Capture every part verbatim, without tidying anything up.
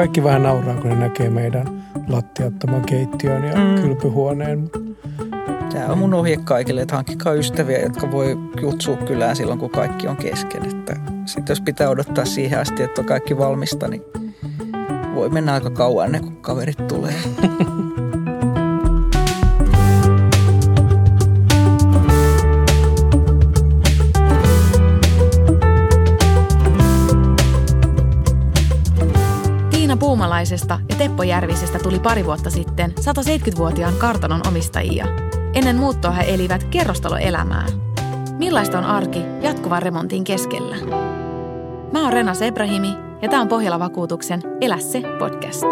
kaikki vähän nauraa, kun ne näkee meidän lattiattoman keittiön ja mm. kylpyhuoneen. Tämä on mun ohje kaikille, että hankkikaa ystäviä, jotka voi kutsua kylään silloin, kun kaikki on kesken. Sitten jos pitää odottaa siihen asti, että on kaikki valmista, niin voi mennä aika kauan ennen kuin kaverit tulee. Tiina Puumalaisesta ja Teppo Järvisestä tuli pari vuotta sitten sataseitsemänkymmentävuotiaan kartanon omistajia. Ennen muuttoa he elivät kerrostaloelämää. Millaista on arki jatkuvan remontin keskellä? Mä oon Rena Sebrahimi ja tää on Pohjola-vakuutuksen Elä se podcast.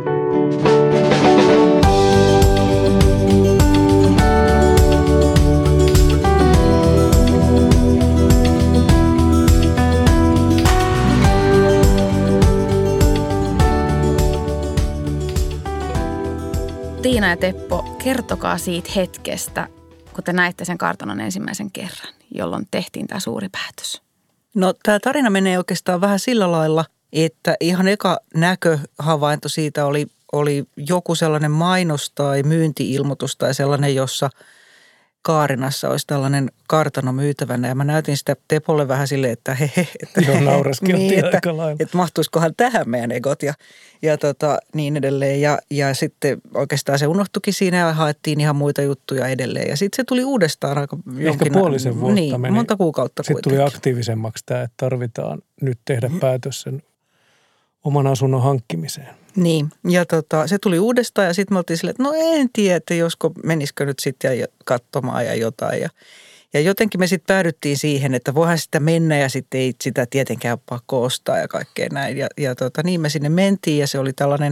Tiina ja Teppo, kertokaa siitä hetkestä, kun te näitte sen kartanon ensimmäisen kerran, jolloin tehtiin tämä suuri päätös. No tämä tarina menee oikeastaan vähän sillä lailla, että ihan eka näköhavainto siitä oli, oli joku sellainen mainos tai myynti-ilmoitus tai sellainen, jossa Kaarinassa olisi tällainen kartano myytävänä. Ja mä näytin sitä Tepolle vähän silleen, että he he, että, Joo, nauraskeltiin niin, aika lailla. Että mahtuisikohan tähän meidän egot ja, ja tota, niin edelleen. Ja, ja sitten oikeastaan se unohtuikin siinä ja haettiin ihan muita juttuja edelleen. Ja sitten se tuli uudestaan aika jonkin... Ehkä puolisen vuotta niin, meni. monta kuukautta sitten kuitenkin. Tuli aktiivisemmaksi tämä, että tarvitaan nyt tehdä päätös sen oman asunnon hankkimiseen. Niin, ja tota, se tuli uudestaan ja sitten me oltiin silleen, että no en tiedä, että josko menisikö nyt sitten katsomaan ja jotain. Ja, ja jotenkin me sitten päädyttiin siihen, että voihan sitä mennä ja sitten ei sitä tietenkään ole pakko ostaa ja kaikkea näin. Ja, ja tota, niin me sinne mentiin ja se oli tällainen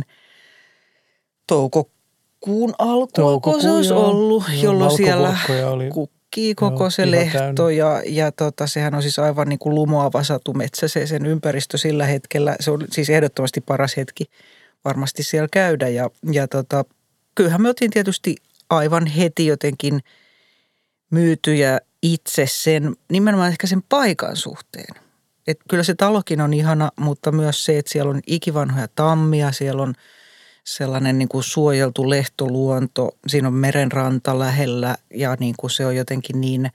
toukokuun alku, se olisi ollut, joo, jolloin siellä oli, kukkii koko joo, se lehto. Ja, ja tota, sehän on siis aivan niin kuin lumoava satumetsä se sen ympäristö sillä hetkellä. Se on siis ehdottomasti paras hetki varmasti siellä käydä ja, ja tota, kyllähän me otin tietysti aivan heti jotenkin myytyjä itse sen, nimenomaan ehkä sen paikan suhteen. Et kyllä se talokin on ihana, mutta myös se, että siellä on ikivanhoja tammia, siellä on sellainen niin kuin suojeltu lehtoluonto, siinä on merenranta lähellä ja niin kuin se on jotenkin niin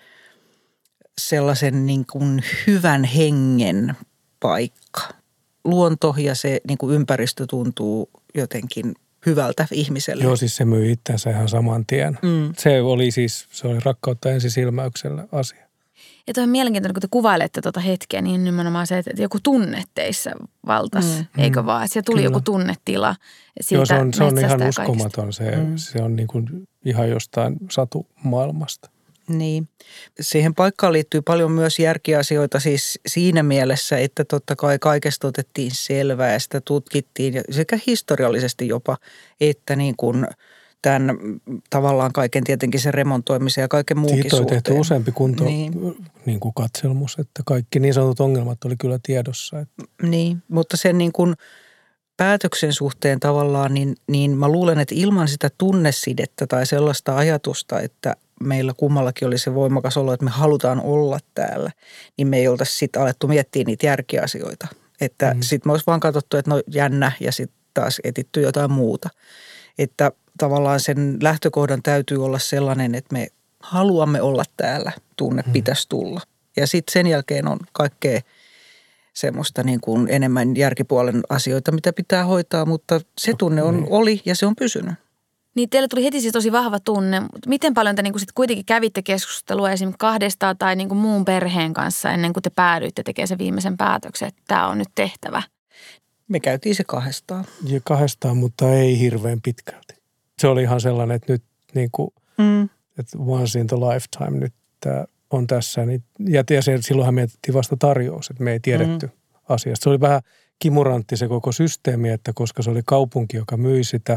sellaisen niin kuin hyvän hengen paikka. Luonto ja se niin kuin ympäristö tuntuu jotenkin hyvältä ihmiselle. Joo, siis se myi itsensä ihan saman tien. Mm. Se oli siis, se oli rakkautta ensisilmäyksellä asia. Ja toi on mielenkiintoinen, kun te kuvailette tuota hetkeä, niin nimenomaan se, että joku tunne teissä valtasi, mm. eikö vaan? Että siellä tuli Kyllä. joku tunnetila siitä Joo, se on, se on ihan uskomaton. Se, mm. se on niin kuin ihan jostain satumaailmasta. Niin. Siihen paikkaan liittyy paljon myös järkiasioita siis siinä mielessä, että totta kai kaikesta otettiin selvää ja sitä tutkittiin ja sekä historiallisesti jopa, että niin kuin tämän tavallaan kaiken tietenkin sen remontoimisen ja kaiken muukin suhteen. Siitä on tehty useampi kunto niin. Niin kuin katselmus, että kaikki niin sanotut ongelmat oli kyllä tiedossa. Että. Niin, mutta sen niin kuin päätöksen suhteen tavallaan, niin, niin mä luulen, että ilman sitä tunnesidettä tai sellaista ajatusta, että meillä kummallakin oli se voimakas olo, että me halutaan olla täällä, niin me ei oltaisi sitten alettu miettiä niitä järkiasioita. Että mm. sitten me olisi vaan katsottu, että no jännä ja sitten taas etitty jotain muuta. Että tavallaan sen lähtökohdan täytyy olla sellainen, että me haluamme olla täällä, tunne mm. pitäisi tulla. Ja sitten sen jälkeen on kaikkea semmoista niin kuin enemmän järkipuolen asioita, mitä pitää hoitaa, mutta se tunne on, oli ja se on pysynyt. Niin teille tuli heti siis tosi vahva tunne, mutta miten paljon te niin kuin sit kuitenkin kävitte keskustelua esimerkiksi kahdestaan tai niin kuin muun perheen kanssa ennen kuin te päädyitte tekemään sen viimeisen päätöksen, että tämä on nyt tehtävä? Me käytiin se kahdestaan. Ja kahdestaan, mutta ei hirveän pitkälti. Se oli ihan sellainen, että nyt niin kuin, mm. että once in the lifetime nyt tämä on tässä. Niin, ja, ja se, silloinhan mietittiin vasta tarjous, että me ei tiedetty mm. asiasta. Se oli vähän kimurantti se koko systeemi, että koska se oli kaupunki, joka myi sitä,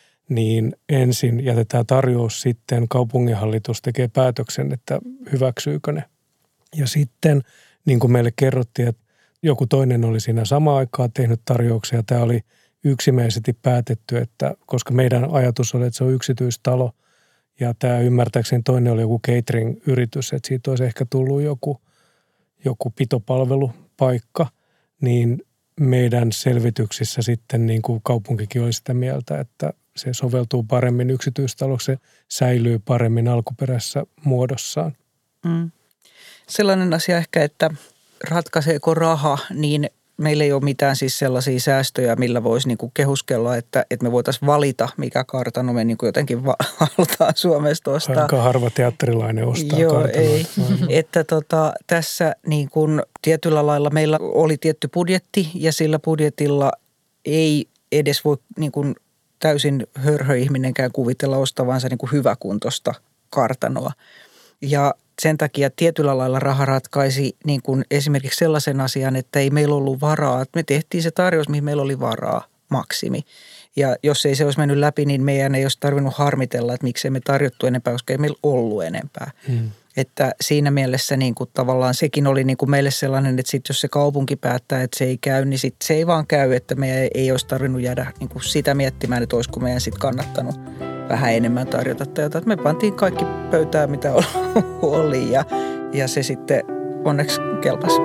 niin ensin jätetään tarjous, sitten kaupunginhallitus tekee päätöksen, että hyväksyykö ne. Ja sitten, niin kuin meille kerrottiin, että joku toinen oli siinä samaan aikaan tehnyt tarjouksia. Tämä oli yksimielisesti päätetty, että koska meidän ajatus oli, että se on yksityistalo ja tämä ymmärtääkseni toinen oli joku catering-yritys, että siitä olisi ehkä tullut joku, joku pitopalvelupaikka, niin meidän selvityksissä sitten niin kuin kaupunkikin oli sitä mieltä, että se soveltuu paremmin yksityistaloksi, se säilyy paremmin alkuperäisessä muodossaan. Mm. Sellainen asia ehkä, että ratkaiseeko raha, niin meillä ei ole mitään siis sellaisia säästöjä, millä voisi niin kuin kehuskella, että, että me voitaisiin valita, mikä kartano me niin kuin jotenkin halutaan Suomesta ostaa. Aika harva teatterilainen ostaa Joo, kartanoita. ei. Että tota, tässä niin kuin tietyllä lailla meillä oli tietty budjetti ja sillä budjetilla ei edes voi niin kuin täysin hörhöihminenkään kuvitella ostavansa niin kuin hyväkuntoista kartanoa. Ja sen takia tietyllä lailla raha ratkaisi niin kuin esimerkiksi sellaisen asian, että ei meillä ollut varaa. Me tehtiin se tarjous, mihin meillä oli varaa, maksimi. Ja jos ei se olisi mennyt läpi, niin meidän ei olisi tarvinnut harmitella, että miksei me tarjottu enempää, koska ei meillä ollut enempää. Hmm. Että siinä mielessä niin kuin tavallaan sekin oli niin kuin meille sellainen, että sit jos se kaupunki päättää, että se ei käy, niin sit se ei vaan käy, että meidän ei olisi tarvinnut jäädä niin kuin sitä miettimään, että olisiko meidän sitten kannattanut vähän enemmän tarjota tai jotain. Me pantiin kaikki pöytään, mitä oli ja, ja se sitten onneksi kelpasi.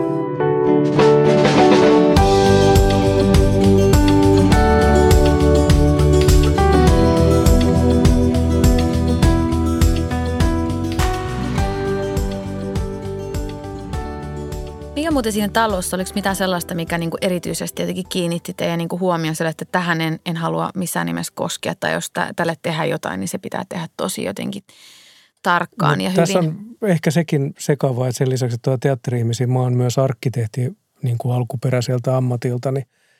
Mikä muuten siinä talossa, oliko mitään sellaista, mikä niinku erityisesti jotenkin kiinnitti teidän niinku huomioon sille, että tähän en, en halua missään nimessä koskea, tai jos tä, tälle tehdään jotain, niin se pitää tehdä tosi jotenkin tarkkaan no, ja tässä hyvin. Tässä on ehkä sekin sekavaa, että sen lisäksi, että tuo teatteri-ihmisiä, mä oon myös arkkitehti niin kuin alkuperäiseltä ammatiltani.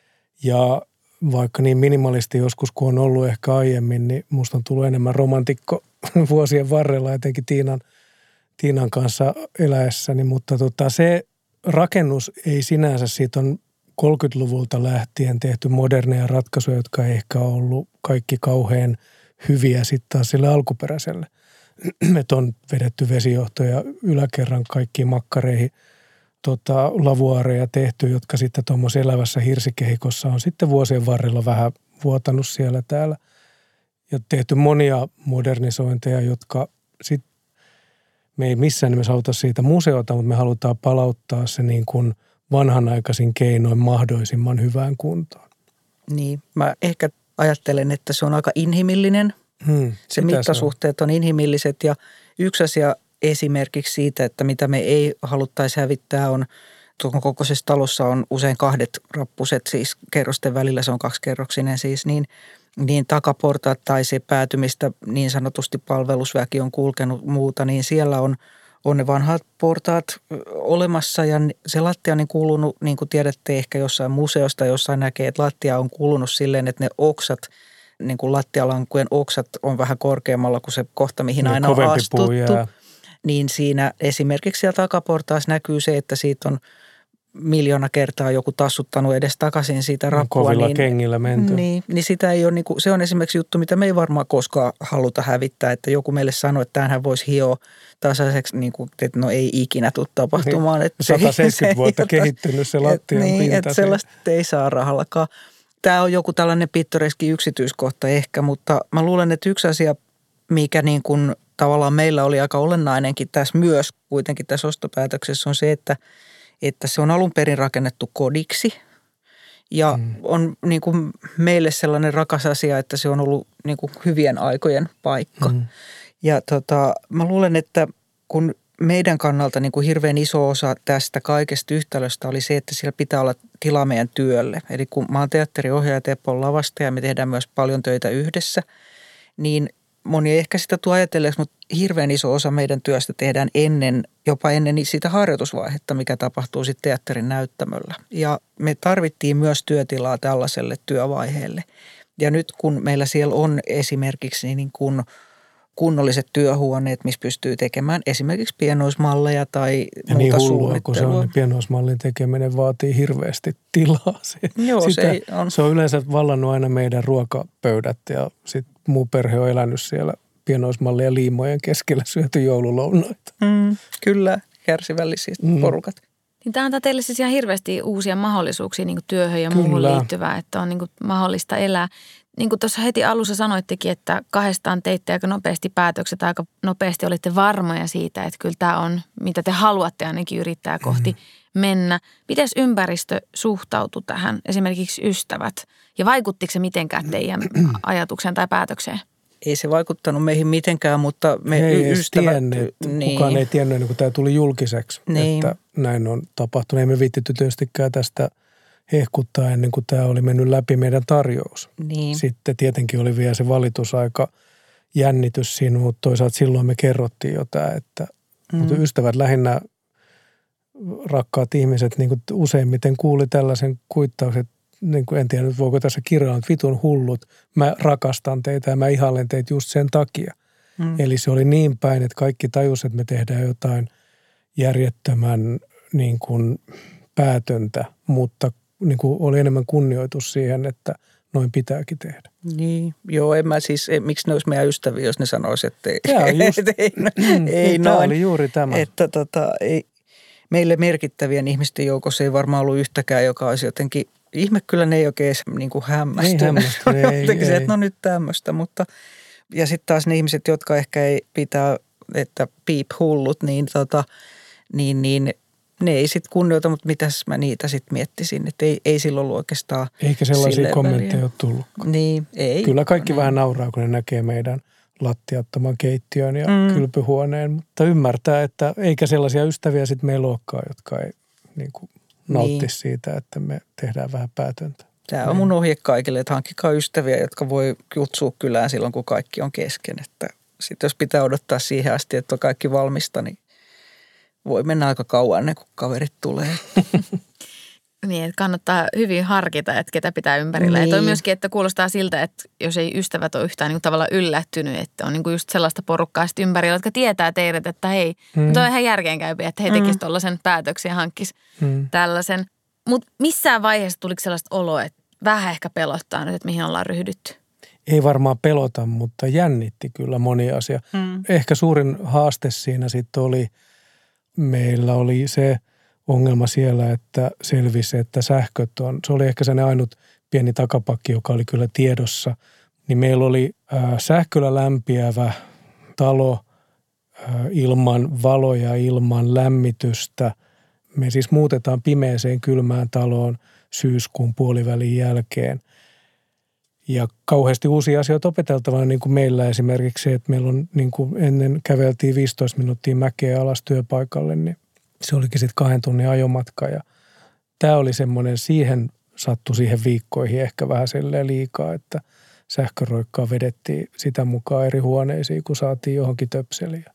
Ja vaikka niin minimalisti joskus, kun on ollut ehkä aiemmin, niin musta on tullut enemmän romantikko vuosien varrella, etenkin Tiinan, Tiinan kanssa eläessäni, mutta tota, se rakennus ei sinänsä, siitä on kolmekymmentäluvulta lähtien tehty moderneja ratkaisuja, jotka ei ehkä ollut kaikki kauhean hyviä sitten taas sille alkuperäiselle. Että on vedetty vesijohtoja yläkerran kaikkiin makkareihin, tota, lavuaareja tehty, jotka sitten tuommoisessa elävässä hirsikehikossa on sitten vuosien varrella vähän vuotanut siellä täällä. Ja tehty monia modernisointeja, jotka sitten me ei missään nimessä haluta siitä museota, mutta me halutaan palauttaa se niin kuin vanhanaikaisin keinoin mahdollisimman hyvään kuntoon. Niin, mä ehkä ajattelen, että se on aika inhimillinen. Hmm, se mittasuhteet on. on inhimilliset ja yksi asia esimerkiksi siitä, että mitä me ei haluttaisi hävittää on, tuon kokoisessa talossa on usein kahdet rappuset, siis kerrosten välillä se on kaksikerroksinen siis, niin niin takaportaat tai se päätymistä niin sanotusti palvelusväki on kulkenut muuta, niin siellä on, on ne vanhat portaat olemassa ja se lattia on niin kulunut, niin kuin tiedätte ehkä jossain museosta, jossain näkee, että lattia on kulunut silleen, että ne oksat, niin kuin lattialankujen oksat on vähän korkeammalla kuin se kohta, mihin aina on astuttu. Niin siinä esimerkiksi siellä takaportaassa näkyy se, että siitä on miljoona kertaa joku tassuttanut edes takaisin siitä rappua. Kovilla niin, kengillä menty. Niin, niin sitä ei ole, niin kuin, se on esimerkiksi juttu, mitä me ei varmaan koskaan haluta hävittää, että joku meille sanoo, että tämähän voisi hioa tasaiseksi, niin kuin, että no ei ikinä tule tapahtumaan. Niin, että sata seitsemänkymmentä vuotta kehittynyt se lattian niin, pinta. Että sellaista ei saa rahallakaan. Tämä on joku tällainen pittoreski yksityiskohta ehkä, mutta mä luulen, että yksi asia, mikä niin kuin tavallaan meillä oli aika olennainenkin tässä myös kuitenkin tässä ostopäätöksessä on se, että että se on alun perin rakennettu kodiksi ja mm. on niin kuin meille sellainen rakas asia, että se on ollut niin kuin hyvien aikojen paikka. Mm. Ja tota, mä luulen, että kun meidän kannalta niin kuin hirveän iso osa tästä kaikesta yhtälöstä oli se, että siellä pitää olla tilaa meidän työlle. Eli kun mä oon teatteriohjaaja Teppo Lavasta ja me tehdään myös paljon töitä yhdessä, niin moni ei ehkä sitä tuo ajatelleeksi, mutta hirveän iso osa meidän työstä tehdään ennen, jopa ennen sitä harjoitusvaihetta, mikä tapahtuu sitten teatterin näyttämöllä. Ja me tarvittiin myös työtilaa tällaiselle työvaiheelle. Ja nyt kun meillä siellä on esimerkiksi niin kuin kunnolliset työhuoneet, missä pystyy tekemään esimerkiksi pienoismalleja tai ja muuta niin hullua, suunnittelua. kun se on, niin pienoismallin tekeminen vaatii hirveästi tilaa. Se, Joo, sitä, se, on. se on yleensä vallannut aina meidän ruokapöydät ja sitten muu perhe on elänyt siellä pienoismallin ja liimojen keskellä syöty joululounaita. Mm, kyllä, kärsivällisiä mm. porukat. Niin tämä antaa teille siis ihan hirveästi uusia mahdollisuuksia niin kuin työhön ja muuhun Kyllä. liittyvää, että on niin kuin mahdollista elää. Niin kuin tuossa heti alussa sanoittekin, että kahdestaan teitte aika nopeasti päätökset, aika nopeasti olitte varmoja siitä, että kyllä tämä on, mitä te haluatte ainakin yrittää kohti mm-hmm. mennä. Miten ympäristö suhtautui tähän, esimerkiksi ystävät, ja vaikuttiko se mitenkään teidän ajatukseen tai päätökseen? Ei se vaikuttanut meihin mitenkään, mutta me ei ystävät... Tienneet, niin. Kukaan ei tiennyt ennen kuin tämä tuli julkiseksi, niin. Että näin on tapahtunut. Ei me viittitty tietystikään tästä hehkuttaa ennen kuin tämä oli mennyt läpi meidän tarjous. Niin. Sitten tietenkin oli vielä se valitusaika jännitys siinä, mutta toisaalta silloin me kerrottiin jo tämä, että mm. mutta ystävät lähinnä rakkaat ihmiset niin kuin useimmiten kuuli tällaisen kuittauksen, niin kuin en tiedä nyt voiko tässä kirjalla, että vitun hullut, mä rakastan teitä ja mä ihailen teitä just sen takia. Mm. Eli se oli niin päin, että kaikki tajusivat, että me tehdään jotain järjettömän niin kuin päätöntä, mutta niin kuin oli enemmän kunnioitus siihen, että noin pitääkin tehdä. Niin, joo, en mä siis, en, miksi ne olisi meidän ystäviä, jos ne sanoisi, että ei, Tämä just, ei, mm, ei tämä noin. oli juuri tämä. Että tota, ei, meille merkittävien ihmisten joukossa ei varmaan ollut yhtäkään, joka olisi jotenkin, ihme kyllä ne ei oikein niin kuin hämmästynyt. Ei hämmästynyt, ei, jotenkin se, ei. että no nyt tämmöistä, mutta ja sitten taas ne ihmiset, jotka ehkä ei pitää, että piip hullut, niin tota, niin, niin ne ei sitten kunnioita, mutta mitäs mä niitä sitten miettisin, että ei, ei silloin ollut oikeastaan. Eikä sellaisia kommentteja ole tullut. Niin, ei. Kyllä kaikki no, vähän nauraa, kun ne näkee meidän lattiattoman keittiön ja mm. kylpyhuoneen, mutta ymmärtää, että eikä sellaisia ystäviä sitten meillä olekaan, jotka ei niin kuin nauttisi niin. siitä, että me tehdään vähän päätöntä. Tämä on mun ohje kaikille, että hankkikaa ystäviä, jotka voi kutsua kylään silloin, kun kaikki on kesken. Että sitten jos pitää odottaa siihen asti, että on kaikki valmista, niin voi mennä aika kauan ennen kuin kaverit tulee. Niin, että kannattaa hyvin harkita, että ketä pitää ympärillä. Niin. Ja toi myöskin, että kuulostaa siltä, että jos ei ystävät ole yhtään niin tavallaan yllättynyt, että on niin just sellaista porukkaa sitten ympärillä, jotka tietää teidät, että hei, mm. toi on ihan järkeenkäypiä, että he tekisivät mm. tuollaisen päätöksen ja hankkisivat mm. tällaisen. Mutta missään vaiheessa tuliko sellaista oloa, että vähän ehkä pelottaa nyt, että mihin ollaan ryhdytty? Ei varmaan pelota, mutta jännitti kyllä moni asia. Mm. Ehkä suurin haaste siinä sitten oli, meillä oli se ongelma siellä, että selvisi, että sähköt on, se oli ehkä sellainen ainut pieni takapakki, joka oli kyllä tiedossa. Niin meillä oli äh, sähköllä lämpiävä talo äh, ilman valoja, ilman lämmitystä. Me siis muutetaan pimeeseen kylmään taloon syyskuun puolivälin jälkeen. Ja kauheasti uusia asioita opeteltavana, niin kuin meillä esimerkiksi se, että meillä on niin kuin ennen käveltiin viisitoista minuuttia mäkeä alas työpaikalle, niin se olikin sitten kahden tunnin ajomatka. Ja tämä oli semmoinen, siihen sattui siihen viikkoihin ehkä vähän silleen liikaa, että sähköroikkaa vedettiin sitä mukaan eri huoneisiin, kun saatiin johonkin töpseliin.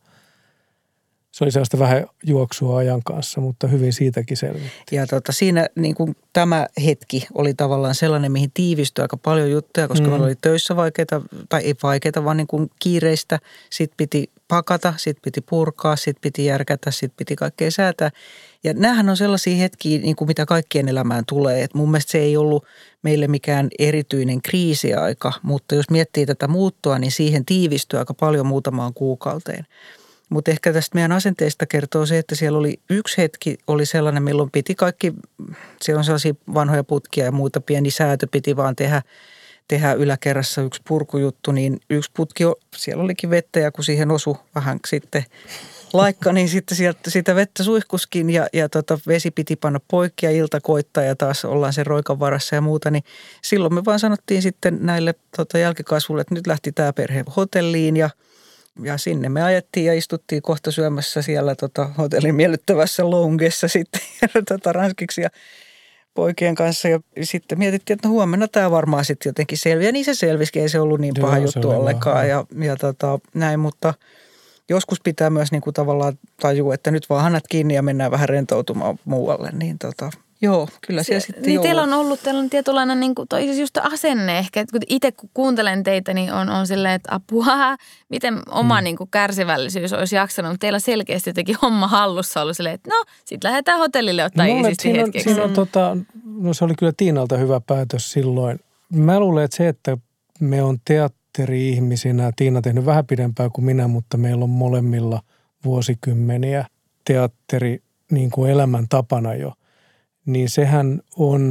Se oli sellaista vähän juoksua ajan kanssa, mutta hyvin siitäkin selvittiin. Ja tota, siinä niin kuin tämä hetki oli tavallaan sellainen, mihin tiivistyi aika paljon juttuja, koska mm. meillä oli töissä vaikeita, tai ei vaikeita, vaan niin kuin kiireistä. Sitten piti pakata, sitten piti purkaa, sitten piti järkätä, sitten piti kaikkea säätää. Ja näähän on sellaisia hetkiä, niin kuin mitä kaikkien elämään tulee. Et mun mielestä se ei ollut meille mikään erityinen kriisiaika, mutta jos miettii tätä muuttoa, niin siihen tiivistyi aika paljon muutamaan kuukauteen. Mutta ehkä tästä meidän asenteista kertoo se, että siellä oli yksi hetki, oli sellainen, milloin piti kaikki, siellä on sellaisia vanhoja putkia ja muita, pieni säätö piti vaan tehdä, tehdä yläkerrassa yksi purkujuttu, niin yksi putki, siellä olikin vettä ja kun siihen osui vähän sitten laikka, niin sitten sieltä sitä vettä suihkuskin ja, ja tota, vesi piti panna poikki ja ilta koittaa ja taas ollaan sen roikan varassa ja muuta, niin silloin me vaan sanottiin sitten näille tota, jälkikasvulle, että nyt lähti tämä perhe hotelliin ja Ja sinne me ajettiin ja istuttiin kohta syömässä siellä tota, hotellin miellyttävässä loungessa sitten tota, ranskiksi ja poikien kanssa. Ja sitten mietittiin, että no huomenna tämä varmaan sitten jotenkin selviää. Niin se selvisikin, ei se ollut niin paha Joo, juttu ollenkaan ja, ja tota, näin. Mutta joskus pitää myös niin kuin tavallaan tajua, että nyt vaan hanat kiinni ja mennään vähän rentoutumaan muualle. Niin tota, joo, kyllä siellä sitten niin teillä on ollut, teillä on tietynlainen niin kuin, toi just asenne ehkä, että kun itse kun kuuntelen teitä, niin on, on silleen, että apua, miten oma mm. niin kuin kärsivällisyys olisi jaksanut, mutta teillä selkeästi jotenkin homma hallussa ollut silleen, että no, sitten lähdetään hotellille ottaa no, iisisti hetkeksi. Siinä on, tota, no se oli kyllä Tiinalta hyvä päätös silloin. Mä luulen, että se, että me on teatteri-ihmisinä, Tiina tehnyt vähän pidempään kuin minä, mutta meillä on molemmilla vuosikymmeniä teatteri niin kuin elämäntapana jo. Niin sehän on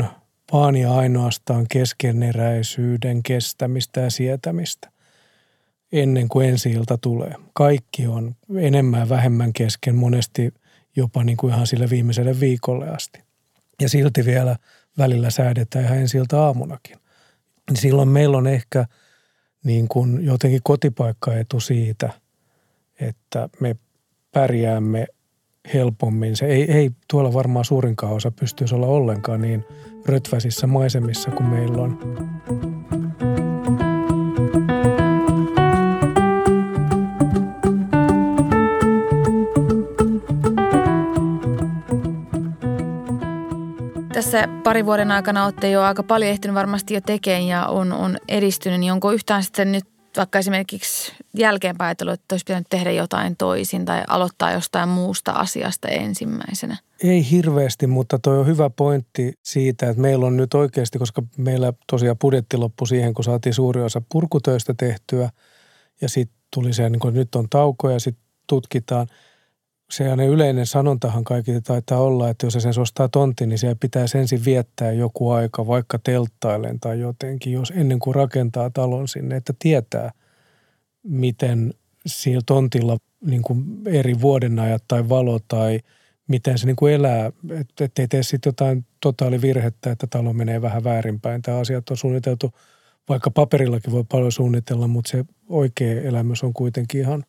vaan ja ainoastaan keskeneräisyyden kestämistä ja sietämistä ennen kuin ensi-ilta tulee. Kaikki on enemmän vähemmän kesken, monesti jopa niin kuin ihan sille viimeiselle viikolle asti. Ja silti vielä välillä säädetään ihan ensi-ilta aamunakin. Silloin meillä on ehkä niin kuin jotenkin kotipaikkaetu siitä, että me pärjäämme helpommin. Se ei, ei tuolla varmaan suurinkaan osa pystyisi olla ollenkaan niin rötväisissä maisemissa kuin meillä on. Tässä pari vuoden aikana olette jo aika paljon ehtinyt varmasti jo tekemään ja on, on edistynyt, niin onko yhtään sitten nyt vaikka esimerkiksi jälkeenpäin ajatellut, että olisi pitänyt tehdä jotain toisin tai aloittaa jostain muusta asiasta ensimmäisenä? Ei hirveästi, mutta toi on hyvä pointti siitä, että meillä on nyt oikeasti, koska meillä tosiaan budjetti loppui siihen, kun saatiin suuri osa purkutöistä tehtyä ja sitten tuli se, niin kun nyt on tauko ja sitten tutkitaan. Sellainen yleinen sanontahan kaikille taitaa olla, että jos se sen ostaa tontin, niin siellä pitäisi ensin viettää joku aika, vaikka telttailen tai jotenkin, jos ennen kuin rakentaa talon sinne, että tietää, miten siellä tontilla niin kuin eri vuodenajat tai valo tai miten se niin kuin elää, että ei tee sitten jotain totaalivirhettä, että talo menee vähän väärinpäin. Tämä asiat on suunniteltu, vaikka paperillakin voi paljon suunnitella, mutta se oikea elämys on kuitenkin ihan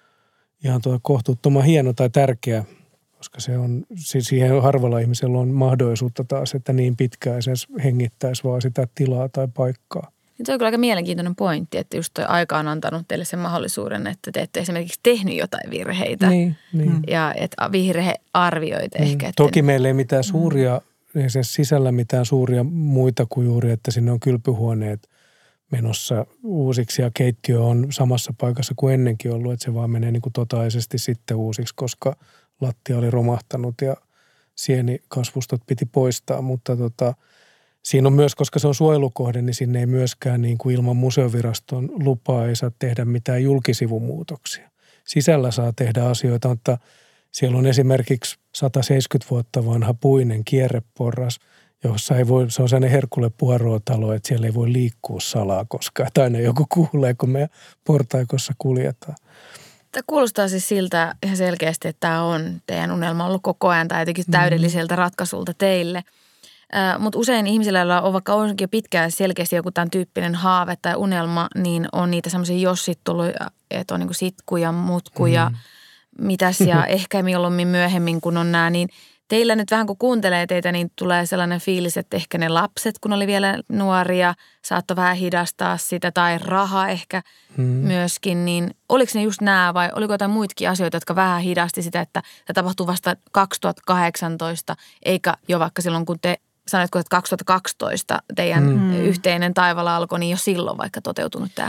Ihan tuota kohtuuttoman hieno tai tärkeä, koska se on, siis siihen harvalla ihmisellä on mahdollisuutta taas, että niin pitkään sen hengittäisi vaan sitä tilaa tai paikkaa. Se on kyllä aika mielenkiintoinen pointti, että just toi aika on antanut teille sen mahdollisuuden, että te ette esimerkiksi tehnyt jotain virheitä. Niin, niin. Ja että virhearvioit mm. ehkä. Toki meillä ei mitään suuria, mm. ei sen sisällä mitään suuria muita kuin juuri, että sinne on kylpyhuoneet menossa uusiksi ja keittiö on samassa paikassa kuin ennenkin ollut, että se vaan menee niin kuin totaisesti sitten uusiksi, koska lattia oli romahtanut ja sienikasvustot piti poistaa, mutta tota, siinä on myös, koska se on suojelukohde, niin sinne ei myöskään niin kuin ilman museoviraston lupaa ei saa tehdä mitään julkisivumuutoksia. Sisällä saa tehdä asioita, mutta siellä on esimerkiksi sata seitsemänkymmentä vuotta vanha puinen kierreporras, jossa ei voi, se on sellainen Herkule Poirot-talo, että siellä ei voi liikkua salaa koskaan. Tai aina joku kuulee, kun me portaikossa kuljetaan. Tämä kuulostaa siis siltä ihan selkeästi, että tämä on teidän unelma ollut koko ajan tai jotenkin täydelliseltä ratkaisulta teille. Äh, mutta usein ihmisillä on, vaikka onkin pitkään selkeästi joku tämän tyyppinen haave tai unelma, niin on niitä semmoisia jossitteluja, että on niin kuin sitkuja, mutkuja, mm. mitäs ja ehkä mieluummin myöhemmin, kun on nämä, niin teillä nyt vähän kun kuuntelee teitä, niin tulee sellainen fiilis, että ehkä ne lapset, kun oli vielä nuoria, saattoi vähän hidastaa sitä tai raha ehkä hmm. myöskin. Niin oliko ne just nämä vai oliko jotain muitakin asioita, jotka vähän hidasti sitä, että se tapahtui vasta kaksituhattakahdeksantoista, eikä jo vaikka silloin, kun te sanoitko, että kaksituhattakaksitoista teidän hmm. yhteinen taivaalla alkoi, niin jo silloin vaikka toteutunut tämä?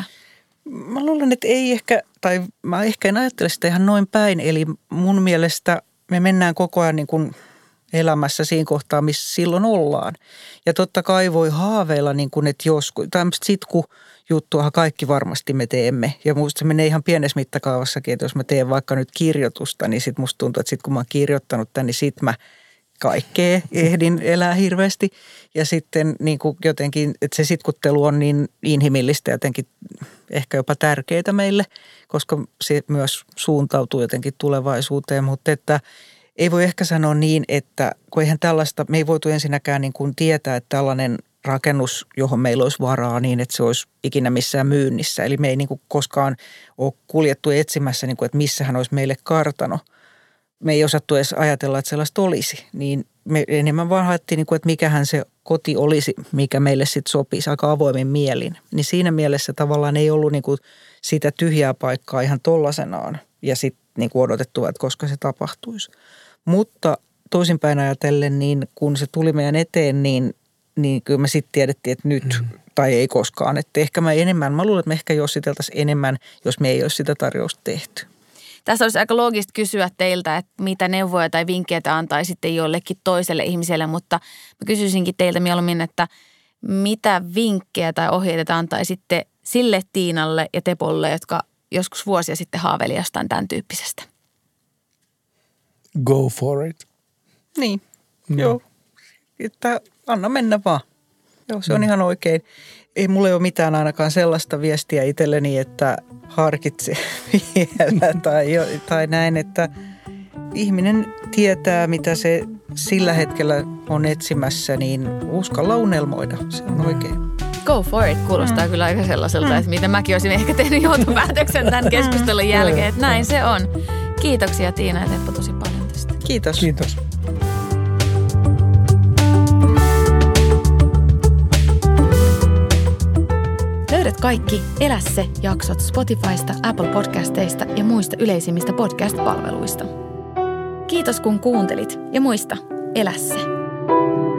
Mä luulen, että ei ehkä, tai mä ehkä en ajattele sitä ihan noin päin, eli mun mielestä me mennään koko ajan niin kuin elämässä siinä kohtaa, missä silloin ollaan. Ja totta kai voi haaveilla, niin kuin, että joskus, tämmöistä sitkujuttuahan kaikki varmasti me teemme. Ja musta se menee ihan pienessä mittakaavassakin, että jos mä teen vaikka nyt kirjoitusta, niin sit musta tuntuu, että sit kun mä oon kirjoittanut tämän, niin sit mä kaikkea ehdin elää hirveästi. Ja sitten niin kuin jotenkin, että se sitkuttelu on niin inhimillistä jotenkin ehkä jopa tärkeää meille, koska se myös suuntautuu jotenkin tulevaisuuteen, mutta että ei voi ehkä sanoa niin, että kun eihän tällaista, me ei voitu ensinnäkään niin kuin tietää, että tällainen rakennus, johon meillä olisi varaa niin, että se olisi ikinä missään myynnissä. Eli me ei niin kuin koskaan ole kuljettu etsimässä, niin kuin, että missähän olisi meille kartano. Me ei osattu edes ajatella, että sellaista olisi. Niin me enemmän vaan haettiin, niin kuin, että mikähän se koti olisi, mikä meille sitten sopisi aika avoimin mielin. Niin siinä mielessä tavallaan ei ollut niin kuin sitä tyhjää paikkaa ihan tollasenaan ja sitten niin kuin odotettu, että koska se tapahtuisi. Mutta toisinpäin ajatellen, niin kun se tuli meidän eteen, niin, niin kyllä me sitten tiedettiin, että nyt mm. tai ei koskaan. Että ehkä mä enemmän, mä luulen, että me ehkä jossiteltaisiin enemmän, jos me ei olisi sitä tarjousta tehty. Tässä olisi aika loogista kysyä teiltä, että mitä neuvoja tai vinkkejä te antaisitte jollekin toiselle ihmiselle, mutta mä kysyisinkin teiltä mieluummin, että mitä vinkkejä tai ohjeita te antaisitte sille Tiinalle ja Tepolle, jotka joskus vuosia sitten haaveili jostain tämän tyyppisestä? Go for it. Niin, no. Joo. Että anna mennä vaan. joo, se on mm. ihan oikein. Ei mulle ole mitään ainakaan sellaista viestiä itselleni, että harkitse vielä tai, tai näin, että ihminen tietää, mitä se sillä hetkellä on etsimässä, niin uskalla unelmoida. Se on oikein. Go for it kuulostaa mm. kyllä aika sellaiselta, mm. että mitä mäkin olisin ehkä tehnyt johtopäätöksen tämän keskustelun jälkeen, että näin se on. Kiitoksia Tiina ja Teppo tosi paljon tästä. Kiitos. Kiitos. Löydät kaikki Elä se-jaksot Spotifysta, Apple Podcasteista ja muista yleisimmistä podcast-palveluista. Kiitos kun kuuntelit ja muista, elä se.